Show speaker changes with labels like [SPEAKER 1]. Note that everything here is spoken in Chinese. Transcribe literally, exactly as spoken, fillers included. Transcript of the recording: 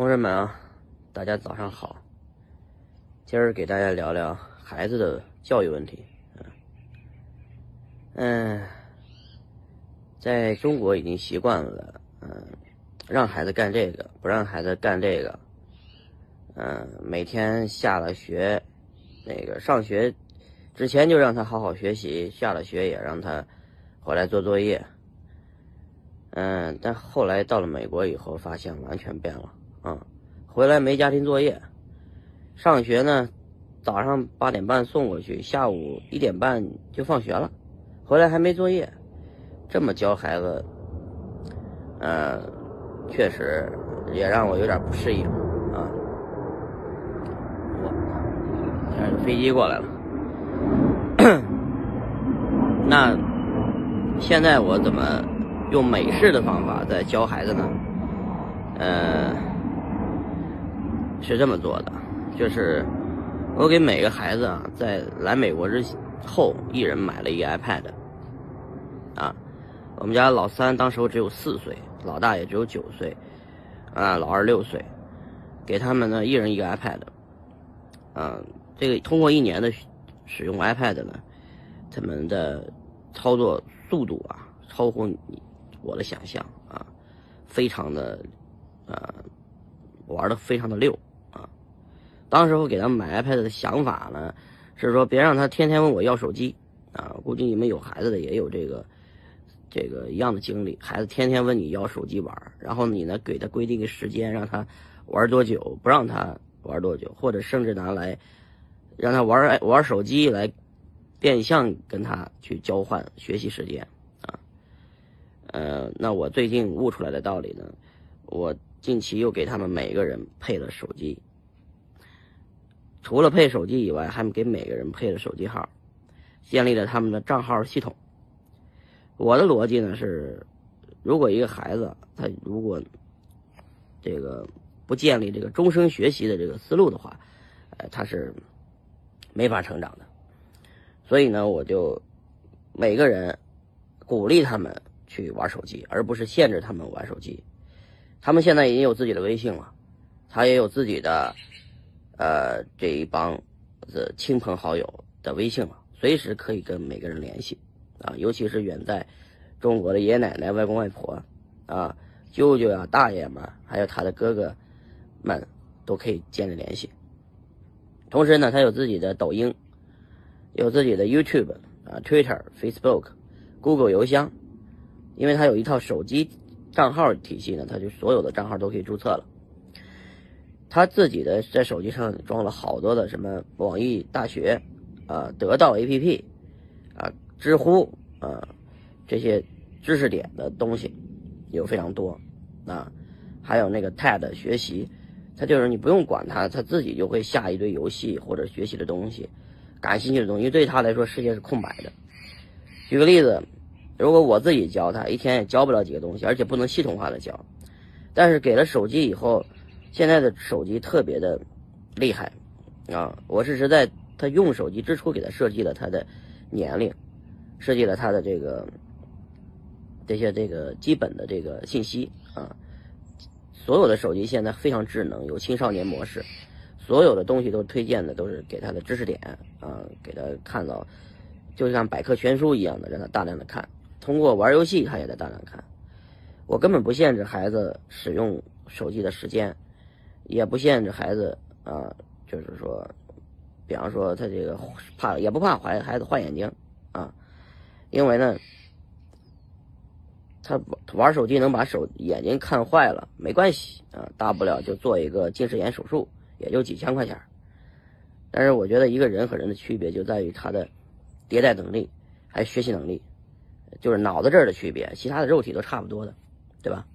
[SPEAKER 1] 同志们啊，大家早上好。今儿给大家聊聊孩子的教育问题。嗯，在中国已经习惯了，嗯，让孩子干这个，不让孩子干这个。嗯，每天下了学，那个上学之前就让他好好学习，下了学也让他回来做作业。嗯，但后来到了美国以后，发现完全变了。啊、嗯，回来没家庭作业，上学呢，早上八点半送过去，下午一点半就放学了，回来还没作业，这么教孩子，呃，确实也让我有点不适应啊。我，看飞机过来了，那现在我怎么用美式的方法在教孩子呢？呃。是这么做的，就是我给每个孩子啊，在来美国之后，一人买了一个 iPad。啊，我们家老三当时只有四岁，老大也只有九岁，啊，老二六岁，给他们呢一人一个 iPad。啊，这个通过一年的使用 iPad 呢，他们的操作速度啊，超乎我的想象啊，非常的呃玩的非常的溜。当时我给他们买 iPad 的想法呢，是说别让他天天问我要手机啊。估计你们有孩子的也有这个这个一样的经历，孩子天天问你要手机玩，然后你呢给他规定个时间，让他玩多久，不让他玩多久，或者甚至拿来让他玩玩手机来变相跟他去交换学习时间啊。呃，那我最近悟出来的道理呢，我近期又给他们每个人配了手机。除了配手机以外，还给每个人配了手机号，建立了他们的账号系统。我的逻辑呢是，如果一个孩子他如果这个不建立这个终生学习的这个思路的话，呃，他是没法成长的。所以呢，我就每个人鼓励他们去玩手机，而不是限制他们玩手机。他们现在已经有自己的微信了，他也有自己的。呃，这一帮的亲朋好友的微信了，随时可以跟每个人联系啊，尤其是远在中国的爷爷奶奶、外公外婆啊、舅舅啊、大爷们，还有他的哥哥们，都可以建立联系。同时呢，他有自己的抖音，有自己的 YouTube 啊、Twitter、Facebook、Google 邮箱，因为他有一套手机账号体系呢，他就所有的账号都可以注册了。他自己的在手机上装了好多的什么网易大学啊、得到 A P P 啊、知乎啊这些知识点的东西有非常多啊，还有那个 T E D 学习，他就是你不用管他，他自己就会下一堆游戏或者学习的东西，感兴趣的东西，对他来说世界是空白的。举个例子，如果我自己教他，一天也教不了几个东西，而且不能系统化的教，但是给了手机以后。现在的手机特别的厉害啊！我是实在他用手机之初给他设计了他的年龄，设计了他的这个这些这个基本的这个信息啊。所有的手机现在非常智能，有青少年模式，所有的东西都推荐的都是给他的知识点啊，给他看到，就像百科全书一样的，让他大量的看。通过玩游戏，他也在大量看。我根本不限制孩子使用手机的时间。也不限制孩子啊，就是说，比方说他这个怕也不怕孩孩子坏眼睛啊，因为呢，他玩手机能把手眼睛看坏了没关系啊，大不了就做一个近视眼手术，也就几千块钱。但是我觉得一个人和人的区别就在于他的迭代能力，还有学习能力，就是脑子这儿的区别，其他的肉体都差不多的，对吧？